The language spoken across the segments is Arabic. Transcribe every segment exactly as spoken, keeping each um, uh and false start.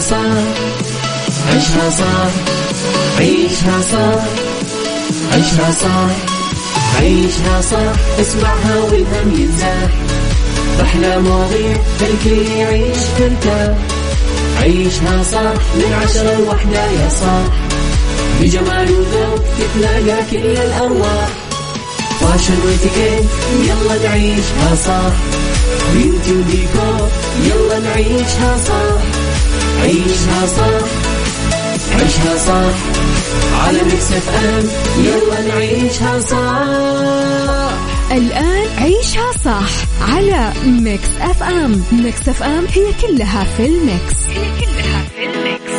صح عيشها صح عيشها صح عيشها صح عيشها صح اسمعها والهم ينزاح أحلى مواضيع الكل يعيش ترتاح عيشها صح من عشرة لوحدة يا صاح بجمال وذوق تتلاقى كل الأرواح فاشل واتيكيت يلا نعيشها صح بيوتي وديكور يلا نعيشها صح عيشها صح عيشها صح على ميكس اف ام يلا نعيشها صح. الآن عيشها صح على ميكس اف ام. ميكس اف ام هي كلها في الميكس هي كلها في الميكس.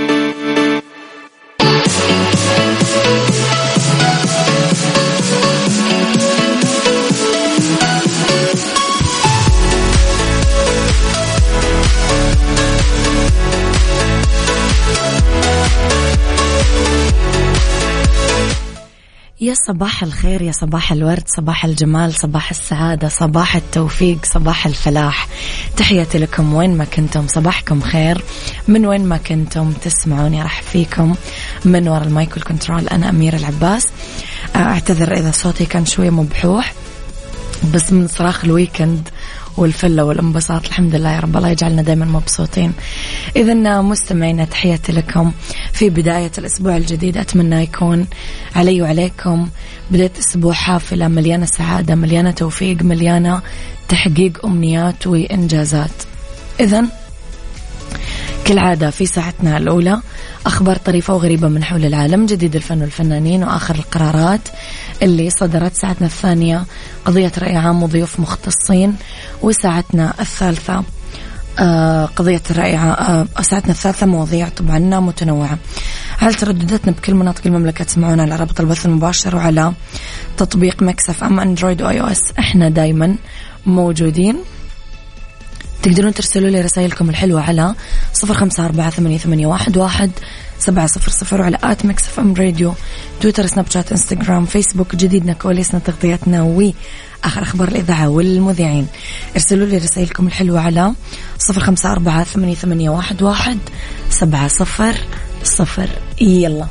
يا صباح الخير، يا صباح الورد، صباح الجمال، صباح السعادة، صباح التوفيق، صباح الفلاح. تحياتي لكم وين ما كنتم، صباحكم خير من وين ما كنتم تسمعوني. راح فيكم من وراء المايك والكنترول أنا أميرة العباس. أعتذر إذا صوتي كان شوية مبحوح، بس من صراخ الويكند والفلة والانبساط. الحمد لله يا رب، الله يجعلنا دائما مبسوطين. إذن مستمعينا تحياتي لكم في بداية الأسبوع الجديد. أتمنى يكون علي وعليكم بداية أسبوع حافلة مليانة سعادة، مليانة توفيق، مليانة تحقيق أمنيات وإنجازات. إذن كالعادة في ساعتنا الأولى أخبار طريفة وغريبة من حول العالم، جديد الفن والفنانين وآخر القرارات اللي صدرت. ساعتنا الثانية قضية رأي عام وضيوف مختصين. وساعتنا الثالثة آه قضية الرأي عام. آه ساعتنا الثالثة مواضيع طبعا متنوعة على تردداتنا بكل مناطق المملكة. تسمعونا على رابط البث المباشر وعلى تطبيق ميكس اف ام اندرويد واي او اس. احنا دايما موجودين. تقدرون ترسلوا لي رسائلكم الحلوة على صفر خمسة أربعة ثمانية ثمانية واحد واحد سبعة صفر صفر وعلى آت ميكس اف ام راديو، تويتر، سناب شات، انستغرام، فيسبوك. جديدنا، كواليسنا، تغطياتنا وآخر أخبار الإذاعة والمذيعين. ارسلوا لي رسائلكم الحلوة على صفر خمسة أربعة ثمانية ثمانية واحد واحد سبعة صفر صفر. يلا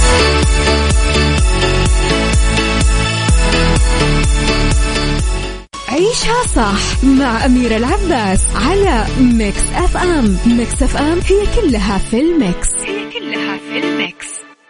عيشها صح مع أميرة العباس على ميكس اف ام. ميكس اف ام هي كلها في الميكس هي كلها في الميكس.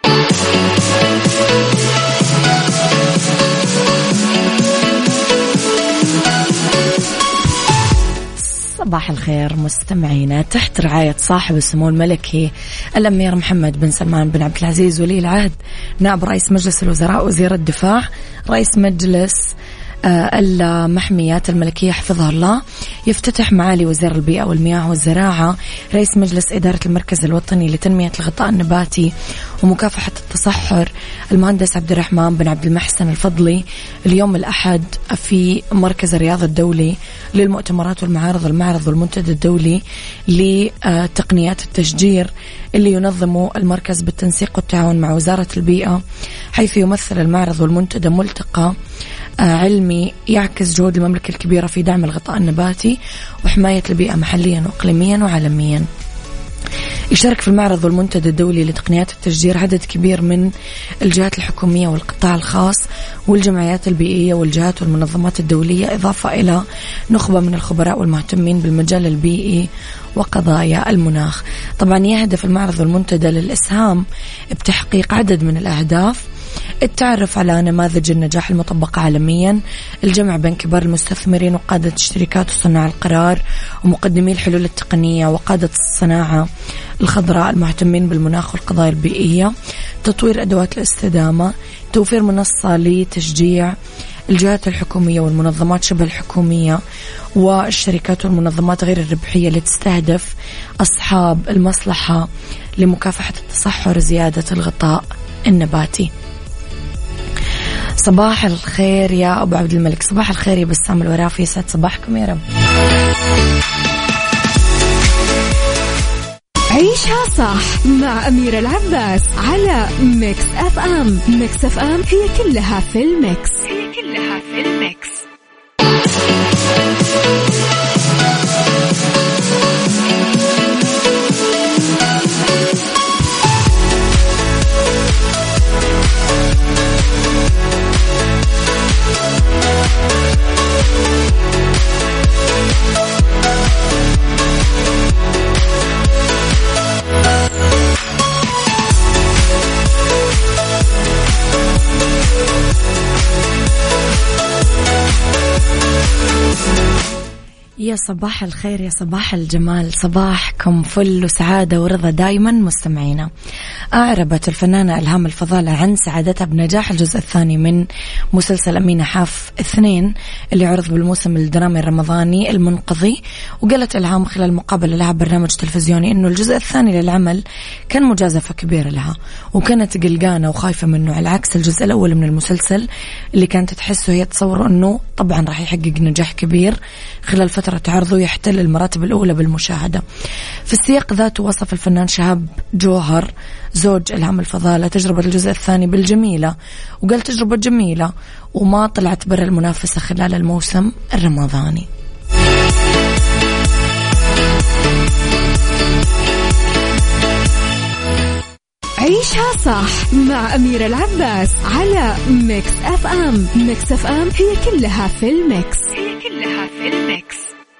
صباح الخير مستمعينا. تحت رعاية صاحب السمو الملكي الأمير محمد بن سلمان بن عبد العزيز ولي العهد نائب رئيس مجلس الوزراء وزير الدفاع رئيس مجلس المحميات الملكية حفظها الله، يفتتح معالي وزير البيئة والمياه والزراعة رئيس مجلس إدارة المركز الوطني لتنمية الغطاء النباتي ومكافحة التصحر المهندس عبد الرحمن بن عبد المحسن الفضلي اليوم الأحد في مركز الرياض الدولي للمؤتمرات والمعارض، المعرض والمنتدى الدولي لتقنيات التشجير اللي ينظمه المركز بالتنسيق والتعاون مع وزارة البيئة، حيث يمثل المعرض والمنتدى ملتقى علمي يعكس جهود المملكة الكبيرة في دعم الغطاء النباتي وحماية البيئة محليا وإقليميا وعالميا. يشارك في المعرض والمنتدى الدولي لتقنيات التشجير عدد كبير من الجهات الحكومية والقطاع الخاص والجمعيات البيئية والجهات والمنظمات الدولية، إضافة إلى نخبة من الخبراء والمهتمين بالمجال البيئي وقضايا المناخ. طبعا يهدف المعرض والمنتدى للإسهام بتحقيق عدد من الأهداف: التعرف على نماذج النجاح المطبقة عالميا، الجمع بين كبار المستثمرين وقادة الشركات وصناع القرار ومقدمي الحلول التقنية وقادة الصناعة الخضراء المهتمين بالمناخ والقضايا البيئية، تطوير أدوات الاستدامة، توفير منصة لتشجيع الجهات الحكومية والمنظمات شبه الحكومية والشركات والمنظمات غير الربحية اللي تستهدف أصحاب المصلحة لمكافحة التصحر، زيادة الغطاء النباتي. صباح الخير يا أبو عبد الملك، صباح الخير يا بسام الورافي، يسعد صباحكم يا رب. عيشها صح مع أميرة العباس على ميكس اف ام. ميكس اف ام هي كلها في الميكس هي كلها في الميكس. يا صباح الخير، يا صباح الجمال، صباحكم فل وسعادة ورضا دايما مستمعينا. أعربت الفنانة إلهام الفضالة عن سعادتها بنجاح الجزء الثاني من مسلسل أمينة حاف اثنين اللي عرض بالموسم الدرامي الرمضاني المنقضي. وقالت إلهام خلال مقابلة لها برنامج تلفزيوني إنه الجزء الثاني للعمل كان مجازفة كبيرة لها وكانت قلقانة وخايفة منه، على عكس الجزء الأول من المسلسل اللي كانت تحسه هي تصور إنه طبعا راح يحقق نجاح كبير خلال فترة عرضه يحتل المراتب الأولى بالمشاهدة. في السياق ذاته وصف الفنان شهاب جوهر زوج إلهام الفضالة تجربة الجزء الثاني بالجميلة، وقال تجربة جميلة وما طلعت برا المنافسة خلال الموسم الرمضاني. عيشها صح مع أميرة العباس على ميكس أف أم. ميكس أف أم هي كلها في الميكس، هي كلها في الميكس.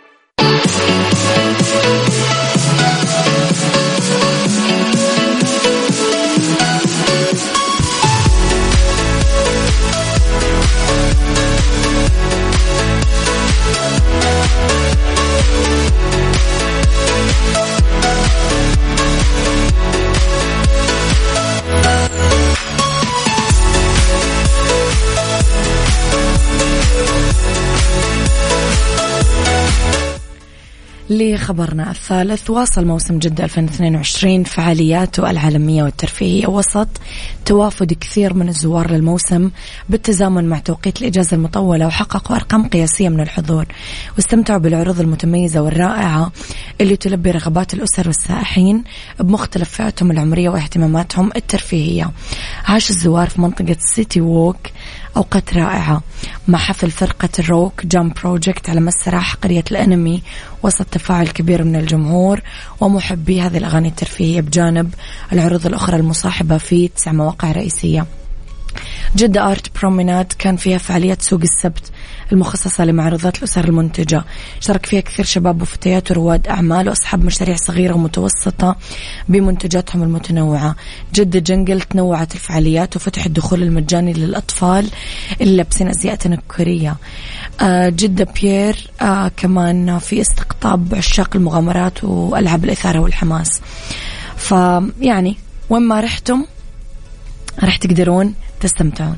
لخبرنا الثالث، واصل موسم جدة ألفين واثنين وعشرين فعالياته العالمية والترفيهية وسط توافد كثير من الزوار للموسم بالتزامن مع توقيت الإجازة المطولة، وحققوا أرقام قياسية من الحضور واستمتعوا بالعروض المتميزة والرائعة اللي تلبي رغبات الأسر والسائحين بمختلف فئاتهم العمرية واهتماماتهم الترفيهية. عاش الزوار في منطقة سيتي ووك أوقات رائعة مع حفل فرقة الروك جام بروجكت على مسرح قرية الأنمي وسط تفاعل كبير من الجمهور ومحبي هذه الأغاني الترفيهية بجانب العروض الأخرى المصاحبة في تسع مواقع رئيسية. جدة آرت بروميناد كان فيها فعاليات سوق السبت المخصصة لمعروضات الأسر المنتجة، شارك فيها كثير شباب وفتيات ورواد أعمال وأصحاب مشاريع صغيرة ومتوسطة بمنتجاتهم المتنوعة. جدة جنجل تنوعت الفعاليات وفتح الدخول المجاني للأطفال اللي لابسين أزياء تنكرية. جدة بيير آه كمان في استقطاب عشاق المغامرات وألعاب الإثارة والحماس. فيعني وين ما رحتم رح تقدرون تستمتعون.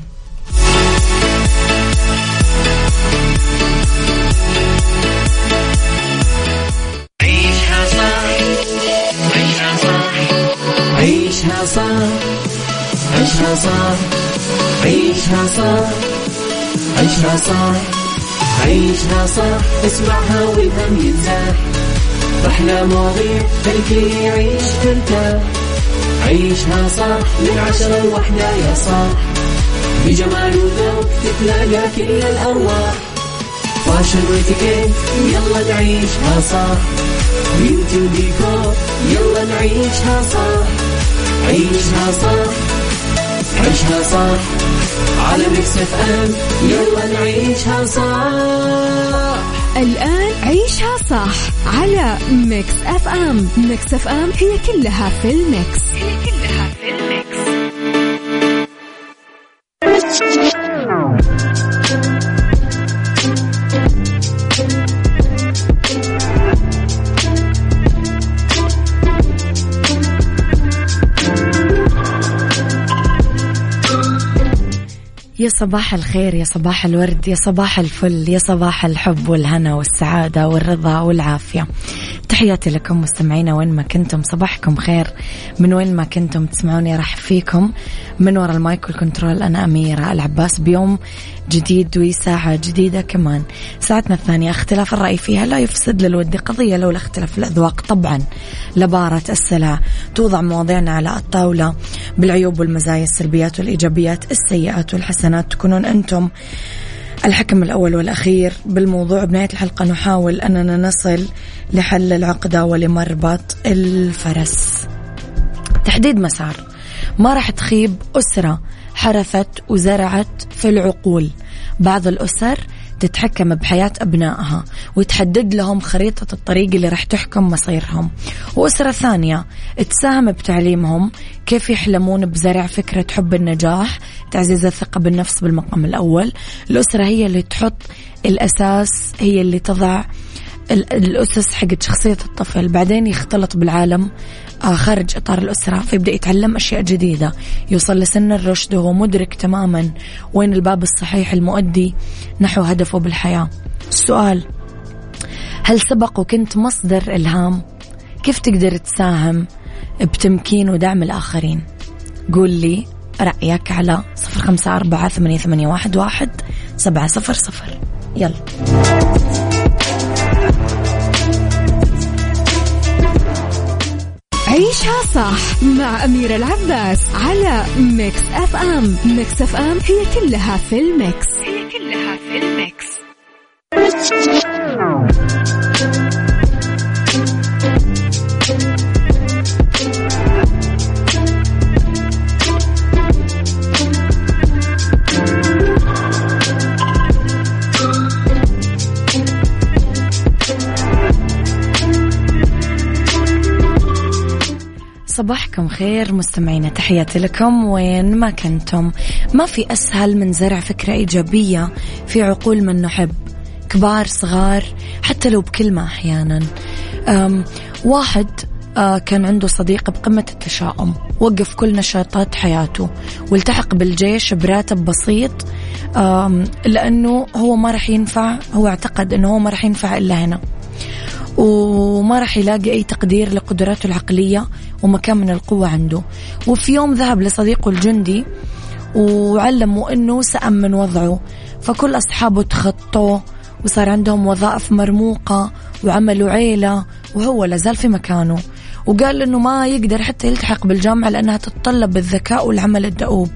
عيشها صح، عيشها صح، عيشها صح، عيشها صح، عيشها صح، عيشها صح، عيشها صح، اسمعها والهم ينزاح، أحلى مواضيع الكل يعيش ترتاح. عيشها صح من عشرة لوحدة يا صاح، بجمال وذوق تتلاقى كل الأرواح، فاشل واتيكيت يلا نعيشها صح، بيوتي وديكور يلا نعيشها صح. عيشها صح، عيشها صح، على ميكس اف ام يلا نعيشها صح. الآن عيشها صح على ميكس أف أم. ميكس أف أم هي كلها في الميكس، هي كلها في الميكس. يا صباح الخير، يا صباح الورد، يا صباح الفل، يا صباح الحب والهنا والسعادة والرضا والعافية. تحياتي لكم مستمعينا وين ما كنتم، صباحكم خير من وين ما كنتم تسمعوني. راح فيكم من وراء المايك والكنترول أنا أميرة العباس بيوم جديد وساعة جديدة كمان. ساعتنا الثانية اختلاف الرأي فيها لا يفسد للود قضية، لولا اختلاف الأذواق طبعا لبارة السلع. توضع مواضيعنا على الطاولة بالعيوب والمزايا، السلبيات والإيجابيات، السيئات والحسنات، تكونون أنتم الحكم الأول والأخير بالموضوع. بنهاية الحلقة نحاول أننا نصل لحل العقدة ولمربط الفرس. تحديد مسار، ما راح تخيب أسرة حرثت وزرعت في العقول. بعض الأسر تتحكم بحياة أبنائها وتحدد لهم خريطة الطريق اللي راح تحكم مصيرهم، وأسرة ثانية تساهم بتعليمهم كيف يحلمون بزرع فكرة حب النجاح، تعزيز الثقة بالنفس بالمقام الأول. الأسرة هي اللي تحط الأساس، هي اللي تضع الأسس حقت شخصية الطفل، بعدين يختلط بالعالم خارج إطار الأسرة، فيبدأ يتعلم أشياء جديدة، يوصل لسن الرشد وهو مدرك تماما وين الباب الصحيح المؤدي نحو هدفه بالحياة. السؤال: هل سبق وكنت مصدر إلهام؟ كيف تقدر تساهم بتمكين ودعم الآخرين؟ قول لي رأيك على صفر خمسة أربعة ثمانية ثمانية واحد واحد سبعة صفر صفر. يلا عيشها صح مع أميرة العباس على ميكس أف أم. ميكس أف أم هي كلها في الميكس، هي كلها في الميكس. صباحكم خير مستمعينا، تحياتي لكم وين ما كنتم. ما في أسهل من زرع فكرة إيجابية في عقول من نحب، كبار صغار، حتى لو بكلمة أحيانا. واحد كان عنده صديق بقمة التشاؤم، وقف كل نشاطات حياته والتحق بالجيش براتب بسيط لأنه هو ما رح ينفع، هو اعتقد أنه هو ما رح ينفع إلا هنا، وما رح يلاقي أي تقدير لقدراته العقلية ومكان من القوة عنده. وفي يوم ذهب لصديقه الجندي وعلموا أنه سأمن وضعه، فكل أصحابه تخطوه وصار عندهم وظائف مرموقة وعملوا عيلة، وهو لازال في مكانه، وقال أنه ما يقدر حتى يلتحق بالجامعة لأنها تتطلب بالذكاء والعمل الدؤوب.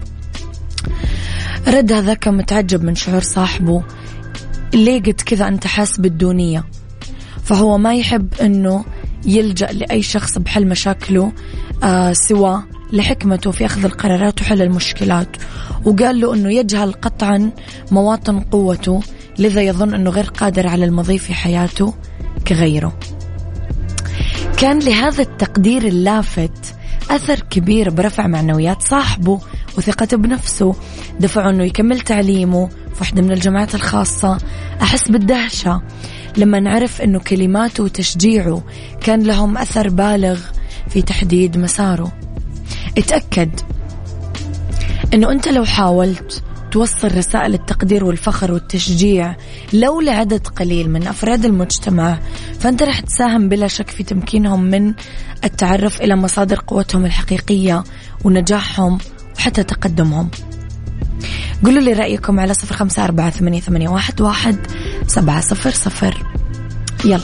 رد هذاك متعجب من شعور صاحبه، ليه قد كذا أنت حاس بالدونية؟ فهو ما يحب أنه يلجأ لأي شخص بحل مشاكله آه سوى لحكمته في أخذ القرارات وحل المشكلات، وقال له أنه يجهل قطعا مواطن قوته، لذا يظن أنه غير قادر على المضي في حياته كغيره. كان لهذا التقدير اللافت أثر كبير برفع معنويات صاحبه وثقته بنفسه، دفعه أنه يكمل تعليمه في واحدة من الجامعات الخاصة. أحس بالدهشة لما نعرف أنه كلماته وتشجيعه كان لهم أثر بالغ في تحديد مساره. اتأكد أنه أنت لو حاولت توصل رسائل التقدير والفخر والتشجيع لو لعدد قليل من أفراد المجتمع، فأنت رح تساهم بلا شك في تمكينهم من التعرف إلى مصادر قوتهم الحقيقية ونجاحهم وحتى تقدمهم. قولوا لي رأيكم على صفر خمسة أربعة ثمانية ثمانية واحد واحد سبعة صفر صفر. يلا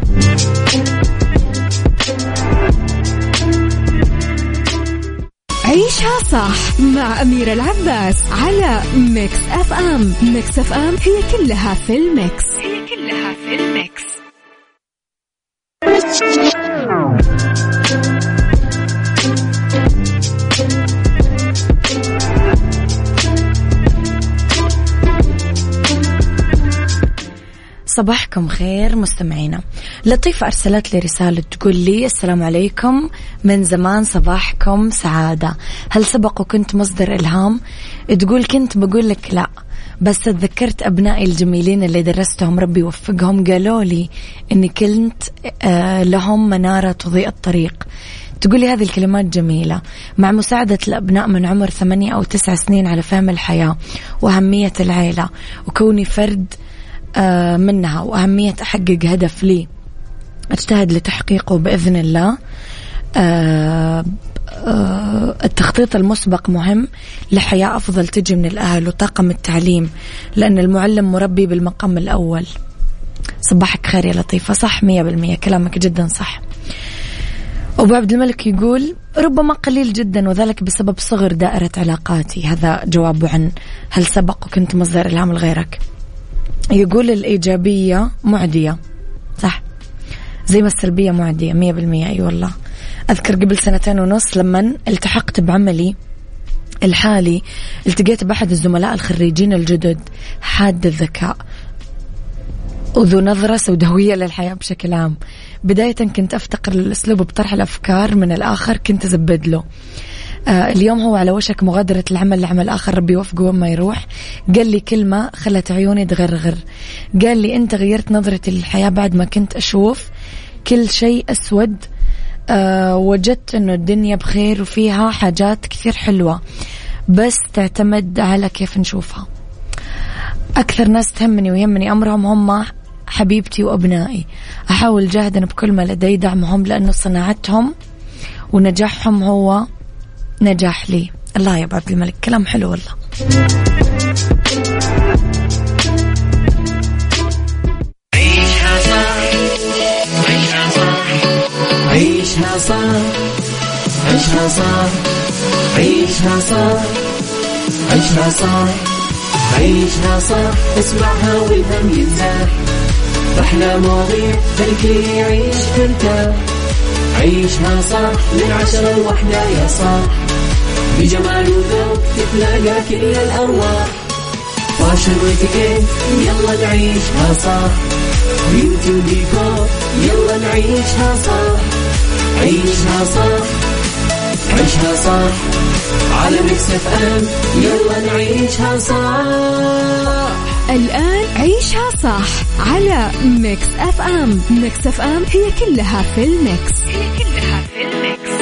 عيشها صح مع أميرة العباس على ميكس أف أم. ميكس أف أم هي كلها في الميكس، هي كلها في الميكس. صباحكم خير مستمعينا. لطيفة أرسلت لي رسالة تقول لي: السلام عليكم، من زمان صباحكم سعادة، هل سبق وكنت مصدر إلهام؟ تقول كنت بقول لك لا، بس تذكرت أبنائي الجميلين اللي درستهم ربي يوفقهم قالوا لي إني كنت آه لهم منارة تضيء الطريق. تقولي هذه الكلمات جميلة، مع مساعدة الأبناء من عمر ثمانية أو تسع سنين على فهم الحياة وأهمية العيلة وكوني فرد منها وأهمية أحقق هدف لي أجتهد لتحقيقه بإذن الله. التخطيط المسبق مهم لحياة أفضل تجي من الأهل وطاقم التعليم، لأن المعلم مربي بالمقام الأول. صباحك خير يا لطيفة، صح مية بالمية كلامك جدا صح. أبو عبد الملك يقول: ربما قليل جدا وذلك بسبب صغر دائرة علاقاتي. هذا جوابه عن هل سبق وكنت مصدر إلهام لغيرك. يقول الإيجابية معدية، صح، زي ما السلبية معدية مية بالمية. أي والله، أذكر قبل سنتين ونص لما التحقت بعملي الحالي التقيت بأحد الزملاء الخريجين الجدد حاد الذكاء وذو نظرة سوداوية للحياة بشكل عام. بداية كنت أفتقر للأسلوب بطرح الأفكار من الآخر، كنت أزبد له. آه اليوم هو على وشك مغادرة العمل لعمل آخر، ربي يوفقه وما يروح. قال لي كلمة خلت عيوني تغرغر، قال لي أنت غيرت نظرتي للحياة بعد ما كنت أشوف كل شيء أسود. أه وجدت أنه الدنيا بخير وفيها حاجات كثير حلوة، بس تعتمد على كيف نشوفها. أكثر ناس تهمني ويهمني أمرهم هم حبيبتي وأبنائي. أحاول جاهدا بكل ما لدي دعمهم، لأنه صناعتهم ونجاحهم هو نجاح لي. الله يا عبد الملك، كلام حلو والله. عيشها صح، عيشها صح، عيشها صح، عيشها صح، عيشها صح، عيشها صح، عيشها صح، اسمعها والهم ينزاح، أحلى مواضيع خليك يعيش ترتاح. عيشها صح من عشرة لوحدة يا صاح، بجمال وذوق تتلاقى كل الأرواح، فاشل واتيكيت يلا نعيشها صح، بيوتي وديكور يلا نعيشها صح. عيشها صح، عيشها صح، على ميكس اف ام يلا نعيشها صح. الآن عيشها صح على ميكس اف ام. ميكس اف ام هي كلها في الميكس، هي كلها في الميكس.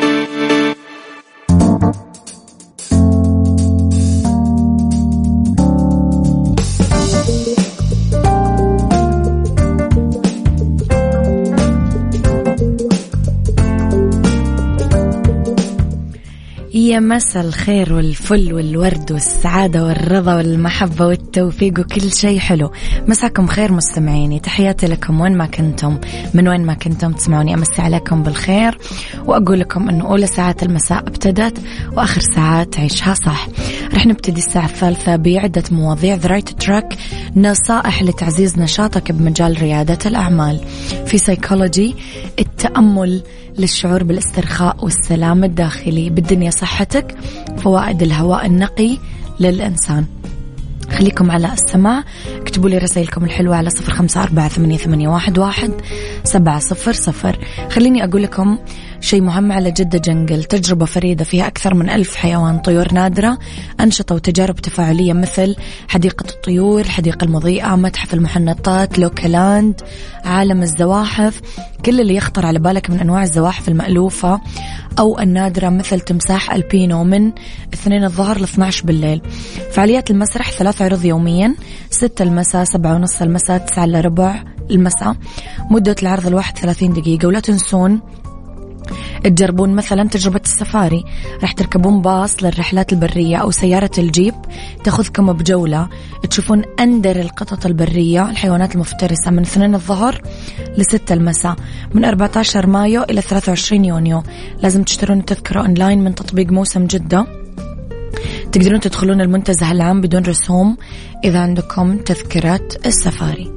يا مساء الخير والفل والورد والسعادة والرضا والمحبة والتوفيق وكل شيء حلو. مساكم خير مستمعيني، تحياتي لكم وين ما كنتم، من وين ما كنتم تسمعوني. أمسي عليكم بالخير وأقول لكم أنه أولى ساعات المساء ابتدت وآخر ساعات عيشها صح. رح نبتدي الساعة الثالثة بعدة مواضيع. The Right Track، نصائح لتعزيز نشاطك بمجال ريادة الأعمال. في سيكولوجي، التأمل للشعور بالاسترخاء والسلام الداخلي. بالدنيا صحتك، فوائد الهواء النقي للإنسان. خليكم على السماع، اكتبوا لي رسائلكم الحلوة على صفر خمسة أربعة ثمانية ثمانية واحد واحد سبعة صفر صفر. خليني أقول لكم شيء مهم على جدة جنجل، تجربة فريدة فيها أكثر من ألف حيوان، طيور نادرة، أنشطة وتجارب تفاعلية مثل حديقة الطيور، الحديقة المضيئة، متحف المحنطات، لوكالاند، عالم الزواحف، كل اللي يخطر على بالك من أنواع الزواحف المألوفة أو النادرة مثل تمساح ألبينو من اثنين الظهر ل اثني عشر بالليل. فعاليات المسرح ثلاث عروض يوميا، ستة المساء، سبعة ونص المساء، تسعة إلا ربع المساء. مدة العرض الواحد ثلاثين دقيقة. ولا تنسون تجربون مثلا تجربة السفاري، رح تركبون باص للرحلات البرية أو سيارة الجيب تأخذكم بجولة تشوفون أندر القطط البرية، الحيوانات المفترسة، من اثنين الظهر لستة المساء، من أربعة عشر مايو إلى ثلاثة وعشرين يونيو. لازم تشترون التذكرة أونلاين من تطبيق موسم جدة. تقدرون تدخلون المنتزه العام بدون رسوم إذا عندكم تذكرة السفاري.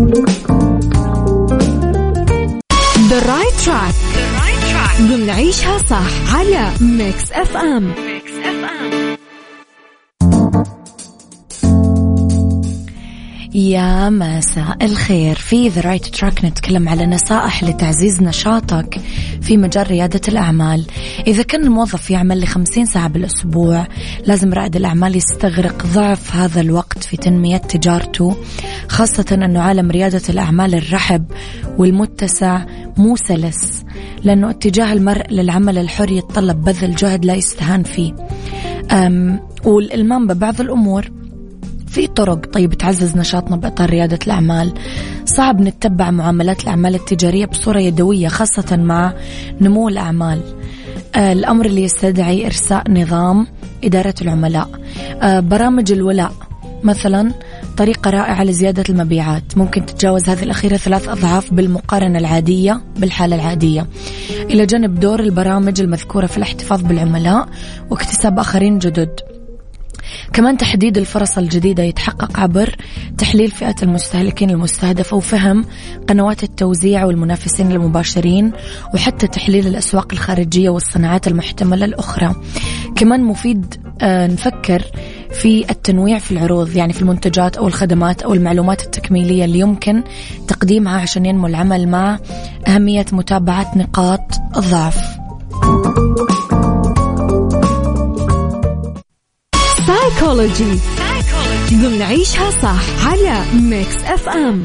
The Right Track ضمن عيشها صح على ميكس اف ام. يا مساء الخير. في The Right Track نتكلم على نصائح لتعزيز نشاطك في مجال ريادة الأعمال. إذا كان الموظف يعمل لخمسين ساعة بالأسبوع، لازم رائد الأعمال يستغرق ضعف هذا الوقت في تنمية تجارته، خاصة أنه عالم ريادة الأعمال الرحب والمتسع مو سلس، لأنه اتجاه المرء للعمل الحر يتطلب بذل جهد لا يستهان فيه والإلمام ببعض الأمور. في طرق طيب تعزز نشاطنا بإطار ريادة الأعمال. صعب نتبع معاملات الأعمال التجارية بصورة يدوية، خاصة مع نمو الأعمال. آه الأمر اللي يستدعي إرساء نظام إدارة العملاء. آه برامج الولاء مثلا طريقة رائعة لزيادة المبيعات، ممكن تتجاوز هذه الأخيرة ثلاث أضعاف بالمقارنة العادية بالحالة العادية، إلى جانب دور البرامج المذكورة في الاحتفاظ بالعملاء واكتساب آخرين جدد. كمان تحديد الفرص الجديدة يتحقق عبر تحليل فئة المستهلكين المستهدفة وفهم قنوات التوزيع والمنافسين المباشرين، وحتى تحليل الأسواق الخارجية والصناعات المحتملة الأخرى. كمان مفيد آه نفكر في التنويع في العروض، يعني في المنتجات أو الخدمات أو المعلومات التكميلية اللي يمكن تقديمها عشان ينمو العمل، مع أهمية متابعة نقاط الضعف. سايكولوجي ضمن عيشها صح على ميكس اف ام.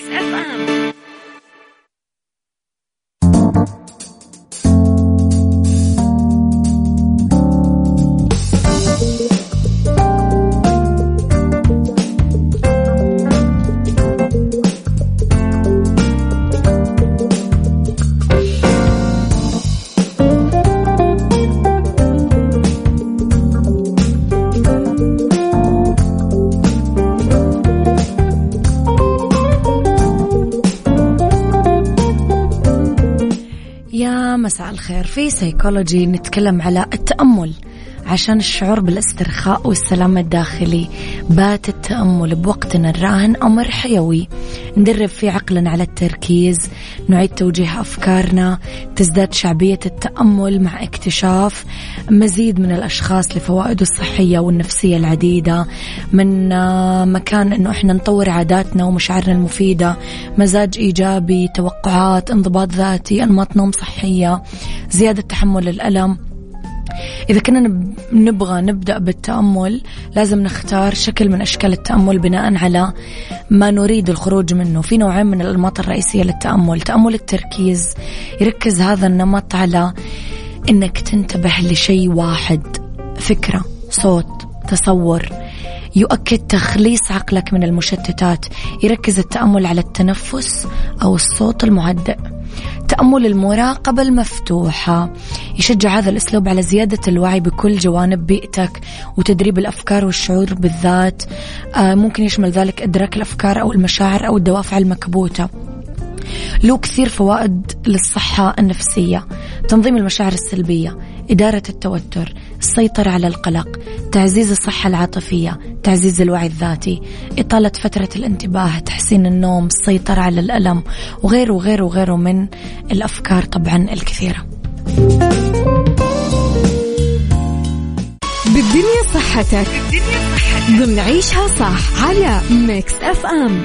مساء الخير. في سيكولوجي نتكلم على التأمل عشان الشعور بالاسترخاء والسلام الداخلي. بات التأمل بوقتنا الراهن أمر حيوي ندرب فيه عقلنا على التركيز، نعيد توجيه أفكارنا، تزداد شعبية التأمل مع اكتشاف مزيد من الأشخاص لفوائده الصحية والنفسية العديدة، من مكان أنه إحنا نطور عاداتنا ومشاعرنا المفيدة، مزاج إيجابي، توقعات، انضباط ذاتي، أنماط نوم صحية، زيادة تحمل الألم. إذا كنا نبغى نبدأ بالتأمل لازم نختار شكل من أشكال التأمل بناء على ما نريد الخروج منه. في نوعين من الأنماط الرئيسية للتأمل. تأمل التركيز يركز هذا النمط على إنك تنتبه لشيء واحد، فكرة، صوت، تصور، يؤكد تخليص عقلك من المشتتات. يركز التأمل على التنفس أو الصوت المهدئ. تأمل المراقبة المفتوحة يشجع هذا الأسلوب على زيادة الوعي بكل جوانب بيئتك وتدريب الأفكار والشعور بالذات. آه ممكن يشمل ذلك إدراك الأفكار أو المشاعر أو الدوافع المكبوتة. له كثير فوائد للصحة النفسية: تنظيم المشاعر السلبية، إدارة التوتر، السيطرة على القلق، تعزيز الصحة العاطفية، تعزيز الوعي الذاتي، إطالة فترة الانتباه، تحسين النوم، السيطرة على الألم، وغيره وغيره وغيره من الأفكار طبعا الكثيرة. بالدنيا صحتك ضمن عيشها صح على ميكس اف ام.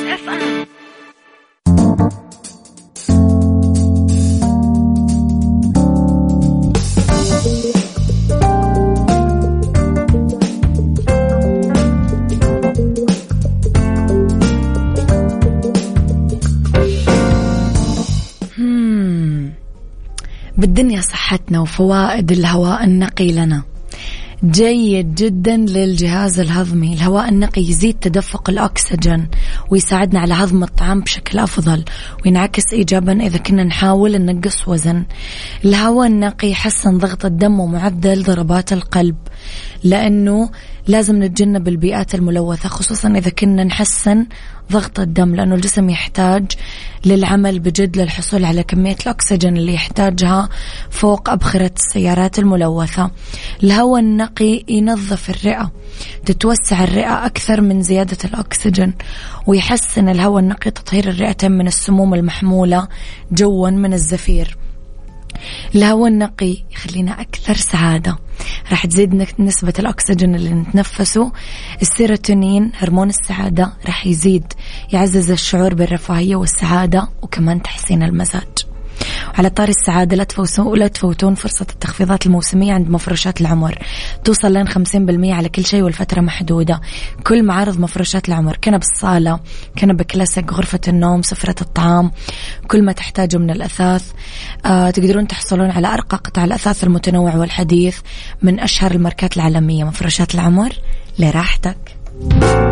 بالدنيا صحتنا وفوائد الهواء النقي لنا. جيد جدا للجهاز الهضمي. الهواء النقي يزيد تدفق الأكسجين ويساعدنا على هضم الطعام بشكل أفضل، وينعكس إيجابا إذا كنا نحاول ننقص وزن. الهواء النقي يحسن ضغط الدم ومعدل ضربات القلب، لأنه لازم نتجنب البيئات الملوثة خصوصا إذا كنا نحسن ضغط الدم، لأنه الجسم يحتاج للعمل بجد للحصول على كمية الأكسجين اللي يحتاجها فوق أبخرة السيارات الملوثة. الهواء النقي ينظف الرئة، تتوسع الرئة أكثر من زيادة الأكسجين، ويحسن الهواء النقي تطهير الرئتين من السموم المحمولة جوا من الزفير. الهواء النقي يخلينا أكثر سعادة، راح تزيد نسبة الأكسجين اللي نتنفسه. السيروتونين هرمون السعادة راح يزيد، يعزز الشعور بالرفاهية والسعادة وكمان تحسين المزاج. وعلى طاري السعادة لا تفوتون لا تفوتون فرصة التخفيضات الموسمية عند مفروشات العمر، توصل لين خمسين بالمية على كل شيء والفترة محدودة. كل معارض مفروشات العمر، كنب الصالة، كنب كلاسيك، غرفة النوم، سفرة الطعام، كل ما تحتاجه من الأثاث. آه تقدرون تحصلون على أرقى قطع الأثاث المتنوع والحديث من أشهر الماركات العالمية. مفروشات العمر لراحتك.